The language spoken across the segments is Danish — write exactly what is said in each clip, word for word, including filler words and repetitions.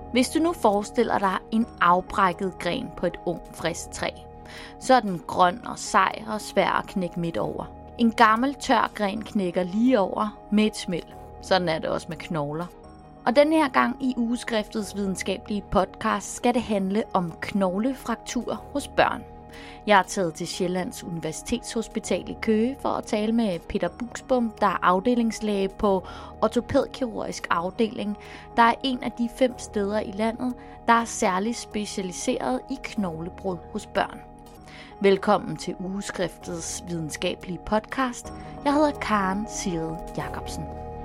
Hvis du nu forestiller dig en afbrækket gren på et ung, frisk træ, så er den grøn og sej og svær at knække midt over. En gammel tør gren knækker lige over med et smæld. Sådan er det også med knogler. Og denne her gang i Ugeskriftets videnskabelige podcast skal det handle om knoglefrakturer hos børn. Jeg er taget til Sjællands Universitetshospital i Køge for at tale med Peter Buxbom, der er afdelingslæge på ortopædkirurgisk afdeling, der er en af de fem steder i landet, der er særligt specialiseret i knoglebrud hos børn. Velkommen til Ugeskriftets videnskabelige podcast. Jeg hedder Karen Sigrid Jacobsen.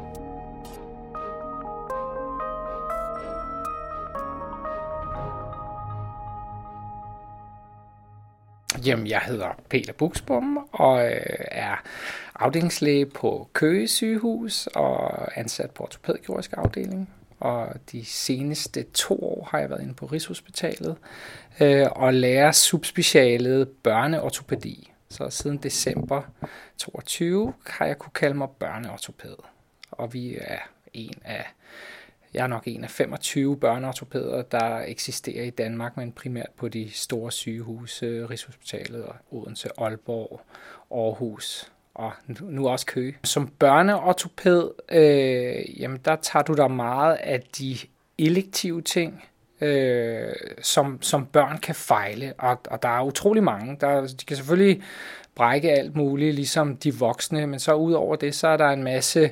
Jamen, jeg hedder Peter Buxbom og øh, er afdelingslæge på Køge Sygehus og ansat på ortopædkirurgisk afdeling. Og de seneste to år har jeg været inde på Rigshospitalet øh, og lærer subspecialet børneortopædi. Så siden december toogtyve har jeg kunne kalde mig børneortopæd. Og vi er en af Jeg er nok en af femogtyve børneortopæder, der eksisterer i Danmark, men primært på de store sygehuse, Rigshospitalet, Odense, Aalborg, Aarhus og nu også Køge. Som børneortopæd, øh, jamen der tager du dig meget af de elektive ting, øh, som, som børn kan fejle, og, og der er utrolig mange. Der, de kan selvfølgelig brække alt muligt, ligesom de voksne, men så ud over det, så er der en masse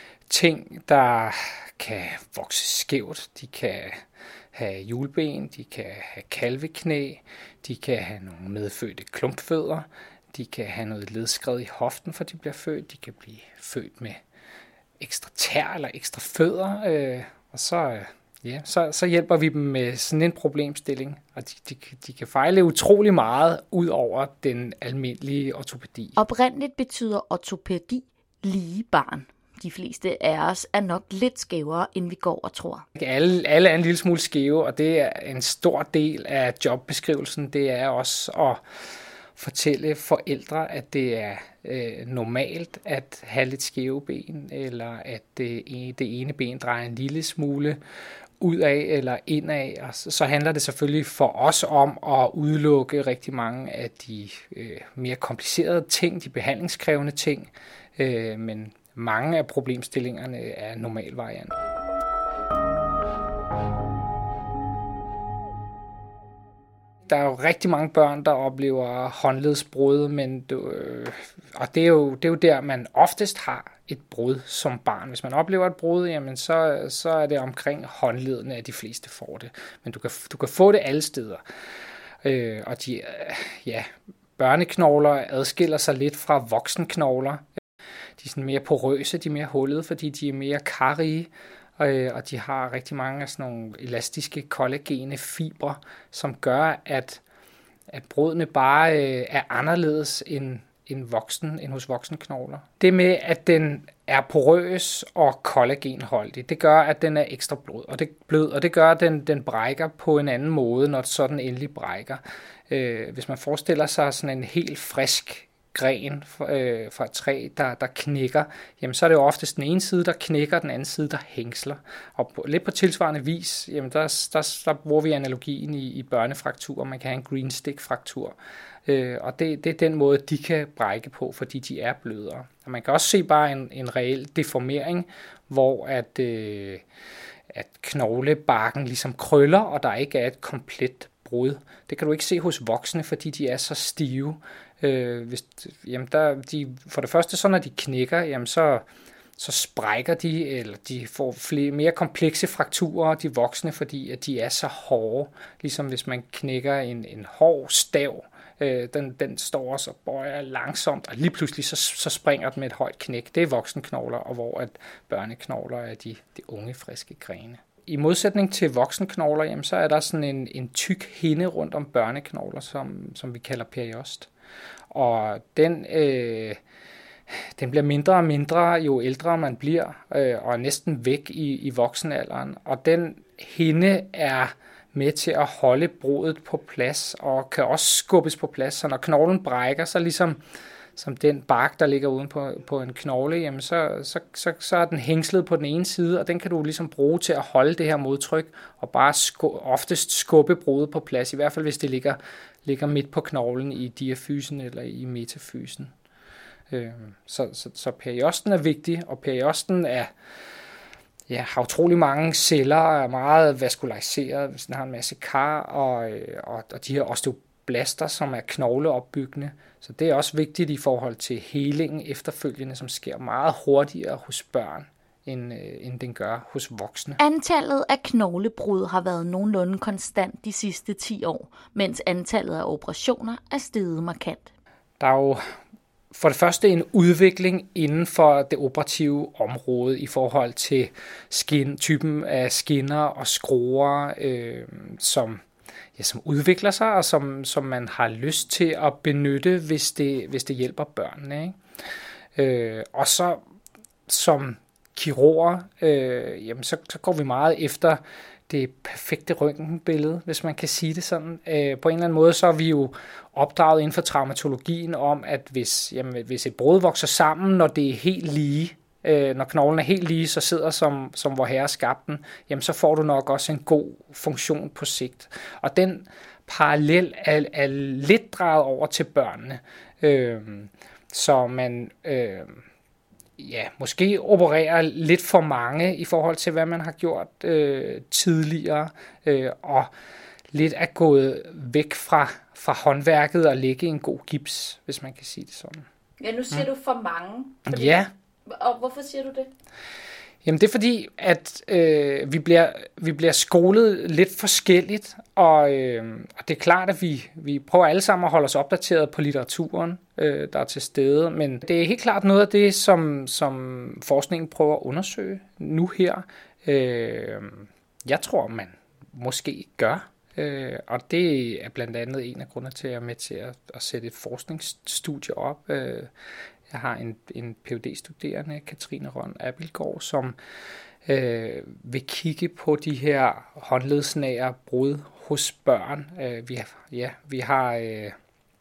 ting, der kan vokse skævt, de kan have hjulben, de kan have kalveknæ, de kan have nogle medfødte klumpfødder, de kan have noget ledskred i hoften, for de bliver født, de kan blive født med ekstra tær eller ekstra fødder, øh, og så, ja, så, så hjælper vi dem med sådan en problemstilling, og de, de, de kan fejle utrolig meget ud over den almindelige ortopædi. Oprindeligt betyder ortopædi lige barn. De fleste af os er nok lidt skævere, end vi går og tror. Alle, alle er en lille smule skæve, og det er en stor del af jobbeskrivelsen. Det er også at fortælle forældre, at det er øh, normalt at have lidt skæve ben, eller at det, det ene ben drejer en lille smule udad eller indad. Og så, så handler det selvfølgelig for os om at udelukke rigtig mange af de øh, mere komplicerede ting, de behandlingskrævende ting, øh, men mange af problemstillingerne er normalvarianter. Der er jo rigtig mange børn, der oplever håndledsbrud, men du, øh, og det er, jo, det er jo der, man oftest har et brud som barn. Hvis man oplever et brud, jamen så, så er det omkring håndledene, at de fleste får det. Men du kan, du kan få det alle steder. Øh, og de, ja, børneknogler adskiller sig lidt fra voksenknogler. De er sådan mere porøse, de er mere hullede, fordi de er mere karrige, og de har rigtig mange af sådan nogle elastiske, kollagene fibre, som gør, at, at brudene bare er anderledes end, end, voksen, end hos voksenknogler. Det med, at den er porøs og kollagenholdig, det gør, at den er ekstra blød, og det, blød, og det gør, at den, den brækker på en anden måde, når sådan endelig brækker. Hvis man forestiller sig sådan en helt frisk gren øh, fra et træ, der, der knækker, jamen så er det jo oftest den ene side, der knækker, den anden side, der hængsler. Og på, lidt på tilsvarende vis, jamen der, der, der bruger vi analogien i, i børnefrakturer. Man kan have en green stick-fraktur. Øh, og det, det er den måde, de kan brække på, fordi de er blødere. Og man kan også se bare en, en reel deformering, hvor at, øh, at knoglebarken ligesom krøller, og der ikke er et komplet brud. Det kan du ikke se hos voksne, fordi de er så stive. Øh, hvis, jamen der, de, for det første, så når de knækker, jamen så, så sprækker de, eller de får flere, mere komplekse frakturer, de voksne, fordi at de er så hårde. Ligesom hvis man knækker en, en hård stav, øh, den, den står også og bøjer langsomt, og lige pludselig så, så springer den med et højt knæk. Det er voksenknogler, og hvor at børneknogler er de, de unge, friske grene. I modsætning til voksenknogler, jamen, så er der sådan en, en tyk hinde rundt om børneknogler, som, som vi kalder periost. Og den, øh, den bliver mindre og mindre, jo ældre man bliver, øh, og er næsten væk i, i voksenalderen. Og den hinde er med til at holde brudet på plads, og kan også skubbes på plads. Så når knoglen brækker, så, ligesom, som den bark, der ligger uden på, på en knogle, jamen så, så, så, så er den hængslet på den ene side, og den kan du ligesom bruge til at holde det her modtryk, og bare sku, oftest skubbe brudet på plads, i hvert fald hvis det ligger, ligger midt på knoglen i diafysen eller i metafysen. Øh, så, så, så periosten er vigtig, og periosten er Ja, har utrolig mange celler, er meget vaskulariseret, hvis den har en masse kar, og, og, og de her osteoblaster, som er knogleopbyggende. Så det er også vigtigt i forhold til helingen efterfølgende, som sker meget hurtigere hos børn, end, end den gør hos voksne. Antallet af knoglebrud har været nogenlunde konstant de sidste ti år, mens antallet af operationer er steget markant. Der er jo for det første en udvikling inden for det operative område i forhold til skin, typen af skinner og skruer, øh, som, ja, som udvikler sig, og som, som man har lyst til at benytte, hvis det, hvis det hjælper børnene. Ikke? Øh, og så som kirurger, øh, jamen så, så går vi meget efter det perfekte røntgenbillede, hvis man kan sige det sådan. Øh, på en eller anden måde, så er vi jo opdraget inden for traumatologien om, at hvis, jamen, hvis et brud vokser sammen, når det er helt lige, øh, når knoglen er helt lige, så sidder som, som vor herre skabte den, jamen så får du nok også en god funktion på sigt. Og den parallel er, er lidt drejet over til børnene. Øh, så man Øh, ja, måske opererer lidt for mange i forhold til, hvad man har gjort øh, tidligere, øh, og lidt er gået væk fra, fra håndværket og lægge en god gips, hvis man kan sige det sådan. Ja, nu siger mm. du for mange. Fordi, ja. Og hvorfor siger du det? Jamen det er fordi, at øh, vi, bliver, vi bliver skolet lidt forskelligt, og, øh, og det er klart, at vi, vi prøver alle sammen at holde os opdateret på litteraturen, øh, der er til stede, men det er helt klart noget af det, som, som forskningen prøver at undersøge nu her. Øh, jeg tror, man måske gør, øh, og det er blandt andet en af grundene til, at jeg er med til at, at sætte et forskningsstudie op. øh, Jeg har en, en P H D-studerende, Katrine Rønn Abildgaard, som øh, vil kigge på de her håndledsnære brud hos børn. Øh, vi, ja, vi, har, øh,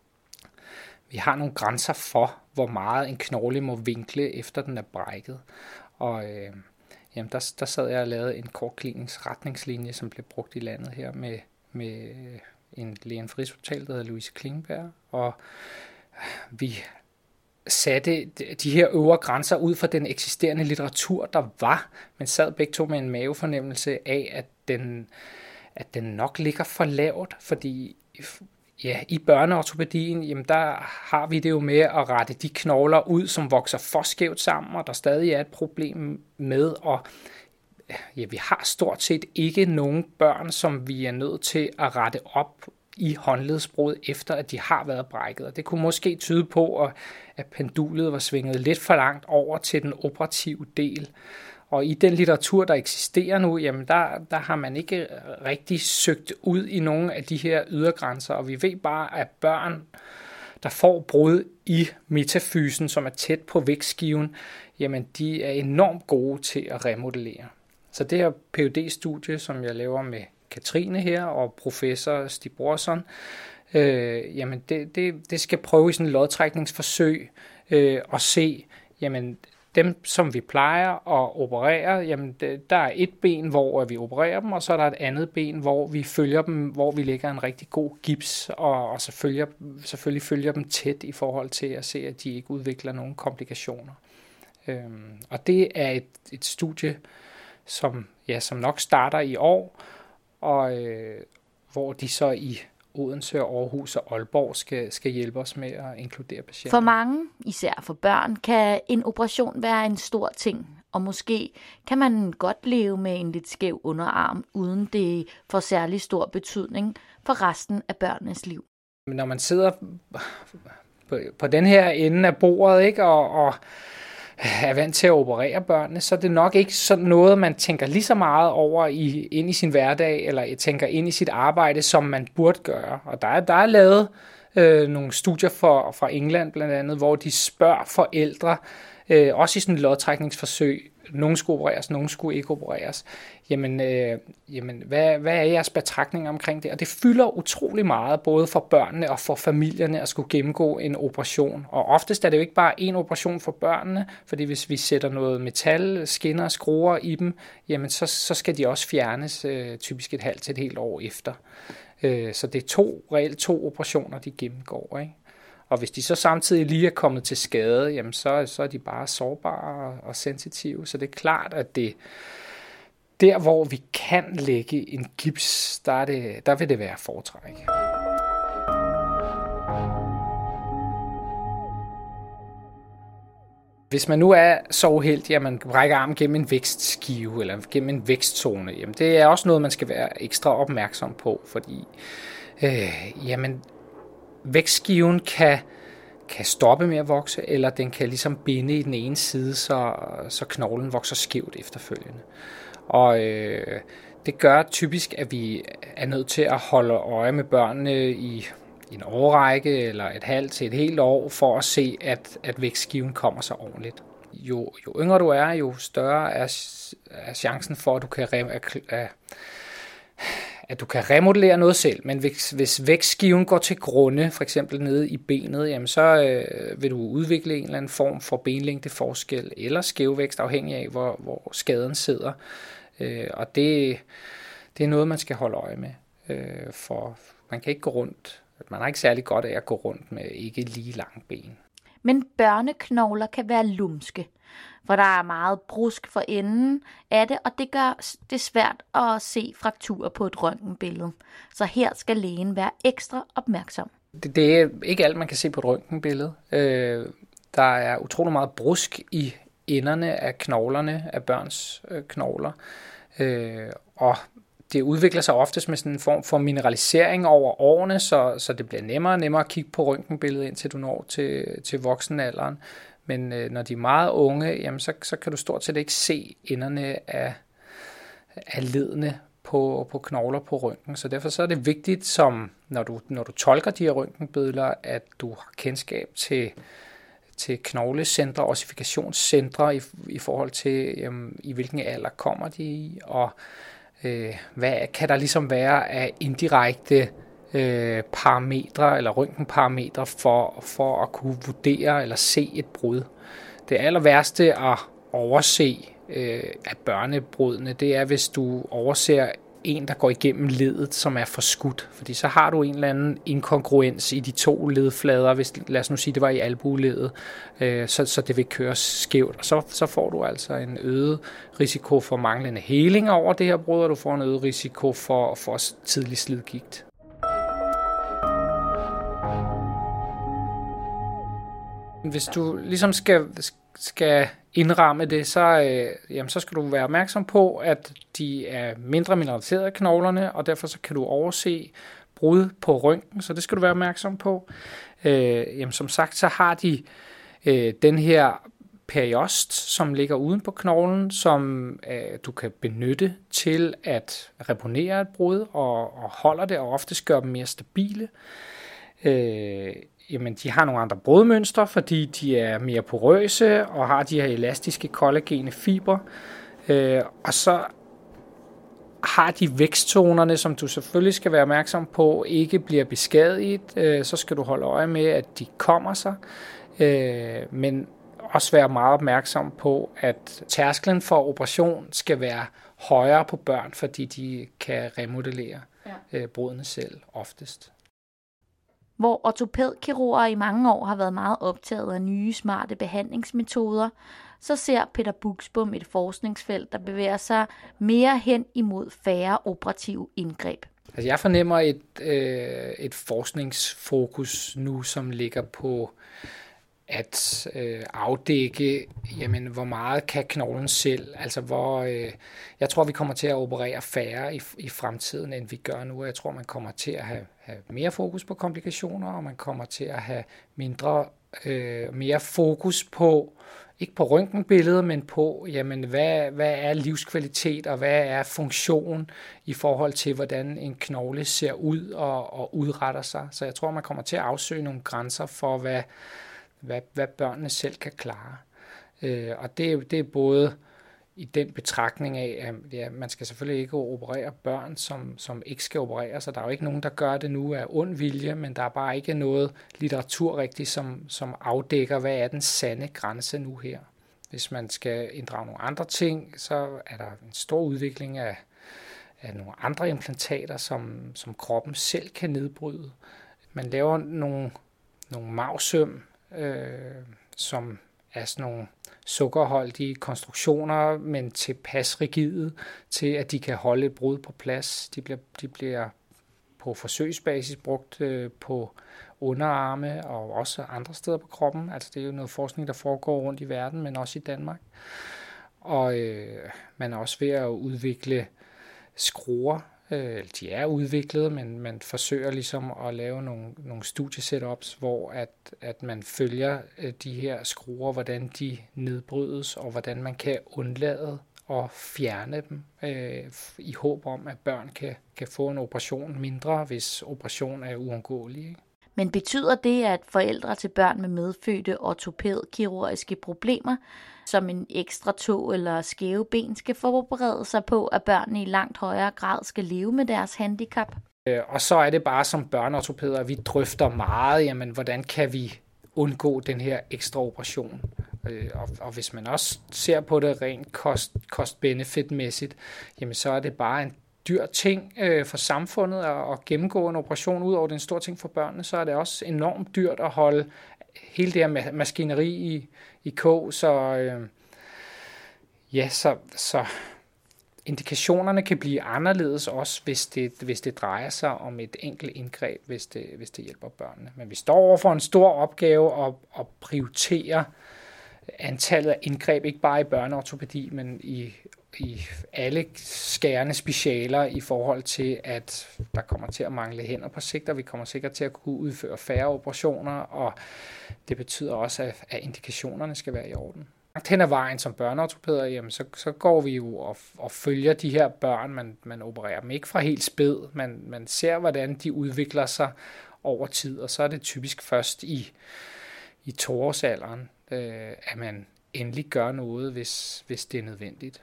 vi har nogle grænser for, hvor meget en knogle må vinkle, efter den er brækket. Og øh, jamen, der, der sad jeg og lavede en kortklinisk retningslinje, som blev brugt i landet her med, med en lægen fra Rigshospitalet, der hedder Louise Klingberg. Og vi satte de her øvre grænser ud fra den eksisterende litteratur, der var, men sad begge to med en mavefornemmelse af, at den, at den nok ligger for lavt, fordi ja, i børneortopædien, jamen der har vi det jo med at rette de knogler ud, som vokser for skævt sammen, og der stadig er et problem med, og ja, vi har stort set ikke nogen børn, som vi er nødt til at rette op i håndledsbrud, efter at de har været brækket. Og det kunne måske tyde på, at pendulet var svinget lidt for langt over til den operative del. Og i den litteratur, der eksisterer nu, jamen der, der har man ikke rigtig søgt ud i nogle af de her ydergrænser. Og vi ved bare, at børn, der får brud i metafysen, som er tæt på vægtskiven, jamen de er enormt gode til at remodellere. Så det her P H D-studie, som jeg laver med Katrine her og professor Stig Brorson, øh, jamen det, det, det skal prøve i sådan et lodtrækningsforsøg øh, og se, jamen dem, som vi plejer at operere, jamen det, der er et ben, hvor vi opererer dem, og så er der et andet ben, hvor vi følger dem, hvor vi lægger en rigtig god gips, og, og så følger, selvfølgelig følger dem tæt i forhold til at se, at de ikke udvikler nogen komplikationer. Øh, og det er et, et studie, som, ja, som nok starter i år, og øh, hvor de så i Odense, Aarhus og Aalborg skal, skal hjælpe os med at inkludere patienter. For mange, især for børn, kan en operation være en stor ting, og måske kan man godt leve med en lidt skæv underarm, uden det får særlig stor betydning for resten af børnenes liv. Når man sidder på, på den her ende af bordet, ikke, og, og er vant til at operere børnene, så er det nok ikke sådan noget, man tænker lige så meget over i, ind i sin hverdag, eller tænker ind i sit arbejde, som man burde gøre. Og der er, der er lavet øh, nogle studier for, fra England blandt andet, hvor de spørger forældre, øh, også i sådan et lodtrækningsforsøg, nogen skulle opereres, nogen skulle ikke opereres. Jamen, øh, jamen hvad, hvad er jeres betragtninger omkring det? Og det fylder utrolig meget, både for børnene og for familierne at skulle gennemgå en operation. Og oftest er det jo ikke bare en operation for børnene, fordi hvis vi sætter noget metal, skinner og skruer i dem, jamen så, så skal de også fjernes øh, typisk et halvt til et helt år efter. Øh, så det er to, reelt to operationer, de gennemgår, ikke? Og hvis de så samtidig lige er kommet til skade, jamen så, så er de bare sårbare og, og sensitive. Så det er klart, at det der, hvor vi kan lægge en gips, der, er det, der vil det være foretræk. Hvis man nu er så uheldig, at man brækker armen gennem en vækstskive eller gennem en vækstzone, jamen det er også noget, man skal være ekstra opmærksom på, fordi øh, jamen, vækstskiven kan, kan stoppe med at vokse, eller den kan ligesom binde i den ene side, så, så knoglen vokser skævt efterfølgende. Og øh, det gør typisk, at vi er nødt til at holde øje med børnene i en årrække eller et halvt til et helt år, for at se, at, at vækstskiven kommer så ordentligt. Jo, jo yngre du er, jo større er, er chancen for, at du kan re- at, at du kan remodellere noget selv. Men hvis, hvis vækstskiven går til grunde, for eksempel nede i benet, jamen så øh, vil du udvikle en eller anden form for benlængdeforskel eller skævvækst, afhængig af, hvor, hvor skaden sidder. Øh, og det, det er noget, man skal holde øje med. Øh, for man kan ikke gå rundt. Man har ikke særlig godt af at gå rundt med ikke lige lange ben. Men børneknogler kan være lumske, for der er meget brusk for enden af det, og det gør det svært at se frakturer på et røntgenbillede. Så her skal lægen være ekstra opmærksom. Det, det er ikke alt, man kan se på et røntgenbillede. Øh, der er utrolig meget brusk i enderne af knoglerne, af børns øh, knogler, øh, og det udvikler sig oftest med sådan en form for mineralisering over årene, så, så det bliver nemmere og nemmere at kigge på røntgenbilledet, indtil du når til, til voksenalderen. Men øh, når de er meget unge, jamen, så, så kan du stort set ikke se enderne af, af ledene på, på knogler på røntgen. Så derfor så er det vigtigt, som, når, du, når du tolker de her røntgenbilleder, at du har kendskab til, til knoglecentre, ossifikationscentre i, i forhold til, jamen, i hvilken alder kommer de i, og hvad kan der ligesom være af indirekte øh, parametre eller røntgenparametre for, for at kunne vurdere eller se et brud. Det aller værste at overse øh, af børnebrudene, det er, hvis du overser en, der går igennem ledet, som er forskudt. Fordi så har du en eller anden inkongruens i de to ledflader, hvis, lad os nu sige, det var i albueledet, øh, så, så det vil køre skævt. Og så, så får du altså en øget risiko for manglende heling over det her brud, og du får en øget risiko for, for tidlig slidgigt. Hvis du ligesom skal, skal indramme det, så, øh, jamen, så skal du være opmærksom på, at de er mindre mineraliserede knoglerne, og derfor så kan du overse brud på røntgen, så det skal du være opmærksom på. Øh, jamen, som sagt, så har de øh, den her periost, som ligger uden på knoglen, som øh, du kan benytte til at reponere et brud, og, og holder det, og oftest gør dem mere stabile. Øh, Jamen, de har nogle andre brudmønstre, fordi de er mere porøse og har de her elastiske kollagene fibre. Øh, og så har de vækstzonerne, som du selvfølgelig skal være opmærksom på, ikke bliver beskadiget. Øh, så skal du holde øje med, at de kommer sig. Øh, men også være meget opmærksom på, at tærsklen for operation skal være højere på børn, fordi de kan remodellere ja. øh, brudene selv oftest. Hvor ortopædkirurger i mange år har været meget optaget af nye, smarte behandlingsmetoder, så ser Peter Buxbom et forskningsfelt, der bevæger sig mere hen imod færre operative indgreb. Altså jeg fornemmer et, øh, et forskningsfokus nu, som ligger på at øh, afdække, jamen, hvor meget kan knoglen selv. Altså hvor, øh, jeg tror, vi kommer til at operere færre i, i fremtiden, end vi gør nu. Jeg tror, man kommer til at have, have mere fokus på komplikationer, og man kommer til at have mindre, øh, mere fokus på, ikke på røntgenbilledet, men på, jamen, hvad, hvad er livskvalitet, og hvad er funktion i forhold til, hvordan en knogle ser ud og, og udretter sig. Så jeg tror, man kommer til at afsøge nogle grænser for, hvad Hvad, hvad børnene selv kan klare. Øh, og det, det er både i den betragtning af, at ja, man skal selvfølgelig ikke operere børn, som, som ikke skal opereres, så der er jo ikke nogen, der gør det nu af ond vilje, men der er bare ikke noget litteratur rigtigt, som, som afdækker, hvad er den sande grænse nu her. Hvis man skal inddrage nogle andre ting, så er der en stor udvikling af, af nogle andre implantater, som, som kroppen selv kan nedbryde. Man laver nogle, nogle mavsøm, øh, som er sådan nogle sukkerholdige konstruktioner, men tilpas rigide til, at de kan holde et brud på plads. De bliver, de bliver på forsøgsbasis brugt øh, på underarme og også andre steder på kroppen. Altså det er jo noget forskning, der foregår rundt i verden, men også i Danmark. Og øh, man er også ved at udvikle skruer. Øh, de er udviklet, men man forsøger ligesom at lave nogle, nogle studiesetups, hvor at, at man følger øh, de her skruer, hvordan de nedbrydes, og hvordan man kan undlade at fjerne dem øh, i håb om, at børn kan, kan få en operation mindre, hvis operationen er uundgåelig. Ikke? Men betyder det, at forældre til børn med medfødte ortopædkirurgiske problemer, som en ekstra tå eller skæve ben, skal forberede sig på, at børnene i langt højere grad skal leve med deres handicap? Og så er det bare som børneortopæder, vi drøfter meget, jamen, hvordan kan vi undgå den her ekstra operation. Og, og hvis man også ser på det rent cost, cost-benefit-mæssigt, jamen, så er det bare en dyr ting øh, for samfundet at, at gennemgå en operation. Udover det er en stor ting for børnene, så er det også enormt dyrt at holde hele det her maskineri i, i kog. Så, øh, ja, så, så indikationerne kan blive anderledes også, hvis det, hvis det drejer sig om et enkelt indgreb, hvis det, hvis det hjælper børnene. Men vi står over for en stor opgave at, at prioritere antallet af indgreb, ikke bare i børneortopædi, men i i alle skærende specialer i forhold til, at der kommer til at mangle hænder på sigt, og vi kommer sikkert til at kunne udføre færre operationer, og det betyder også, at, at indikationerne skal være i orden. Hen ad vejen som børneortopæder, jamen, så, så går vi jo og, og følger de her børn, man, man opererer dem ikke fra helt spæd, man, man ser, hvordan de udvikler sig over tid, og så er det typisk først i, i toårsalderen, øh, at man endelig gør noget, hvis, hvis det er nødvendigt.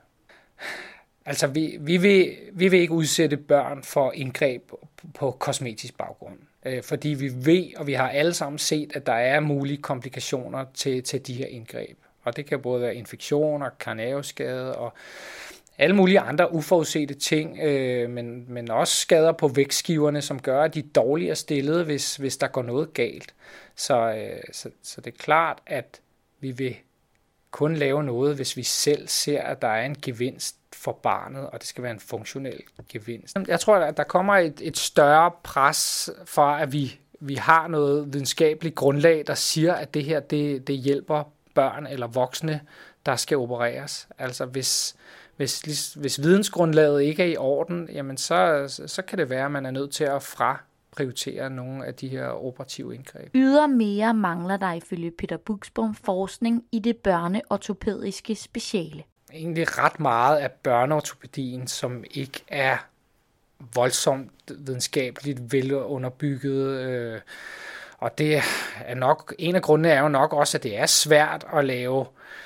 Altså, vi, vi, vil, vi vil ikke udsætte børn for indgreb på, på kosmetisk baggrund, øh, fordi vi ved, og vi har alle sammen set, at der er mulige komplikationer til, til de her indgreb. Og det kan både være infektioner, karnaveskade og alle mulige andre uforudsete ting, øh, men, men også skader på vægtskiverne, som gør, at de er dårligere stillede, hvis, hvis der går noget galt. Så, øh, så, så det er klart, at vi vil kun lave noget, hvis vi selv ser, at der er en gevinst for barnet, og det skal være en funktionel gevinst. Jeg tror, at der kommer et, et større pres for, at vi, vi har noget videnskabeligt grundlag, der siger, at det her det, det hjælper børn eller voksne, der skal opereres. Altså hvis, hvis, hvis vidensgrundlaget ikke er i orden, jamen så, så kan det være, at man er nødt til at fra prioritere nogle af de her operative indgreb. Ydermere mangler der ifølge Peter Buxbaum forskning i det børneortopædiske speciale. Egentlig ret meget af børneortopædien, som ikke er voldsomt videnskabeligt velunderbygget. Øh, og det er nok, en af grundene er jo nok også, at det er svært at lave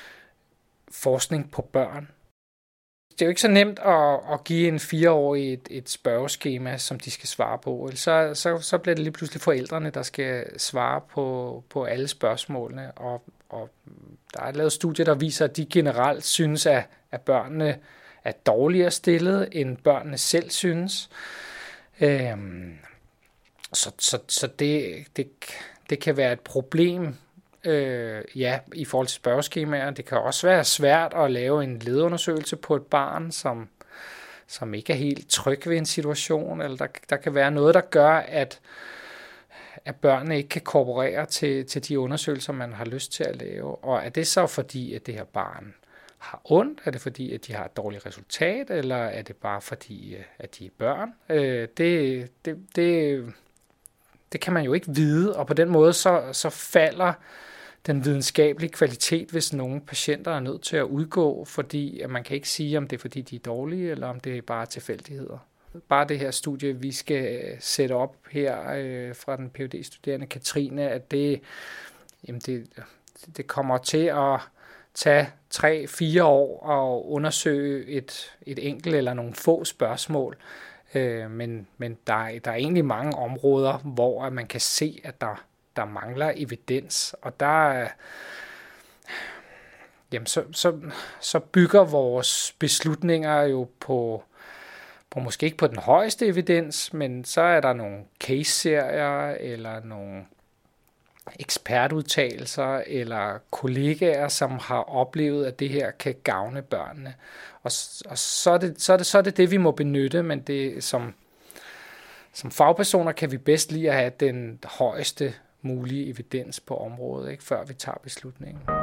forskning på børn. Det er jo ikke så nemt at, at give en fireårig et, et spørgeskema, som de skal svare på. Så, så, så bliver det lige pludselig forældrene, der skal svare på, på alle spørgsmålene. Og, og der er lavet studier, der viser, at de generelt synes, at, at børnene er dårligere stillet, end børnene selv synes. Øhm, så så, så det, det, det kan være et problem. Øh, ja, i forhold til spørgeskemaer. Det kan også være svært at lave en ledundersøgelse på et barn, som, som ikke er helt tryg ved en situation, eller der, der kan være noget, der gør, at, at børnene ikke kan korporere til, til de undersøgelser, man har lyst til at lave. Og er det så fordi, at det her barn har ondt? Er det fordi, at de har et dårligt resultat? Eller er det bare fordi, at de er børn? Øh, det, det, det, det kan man jo ikke vide, og på den måde så, så falder den videnskabelige kvalitet, hvis nogle patienter er nødt til at udgå, fordi at man kan ikke sige, om det er fordi, de er dårlige, eller om det er bare tilfældigheder. Bare det her studie, vi skal sætte op her øh, fra den P H D-studerende Katrine, at det, jamen det, det kommer til at tage tre, fire år og undersøge et, et enkelt eller nogle få spørgsmål. Øh, men men der, er, der er egentlig mange områder, hvor man kan se, at der, der mangler evidens. Og der jamen, så, så, så bygger vores beslutninger jo på, på måske ikke på den højeste evidens, men så er der nogle case-serier eller nogle ekspertudtalelser eller kollegaer, som har oplevet, at det her kan gavne børnene. Og, og så, er det, så, er det, så er det det, vi må benytte, men det, som, som fagpersoner kan vi bedst lide at have den højeste mulige evidens på området, ikke, før vi tager beslutningen.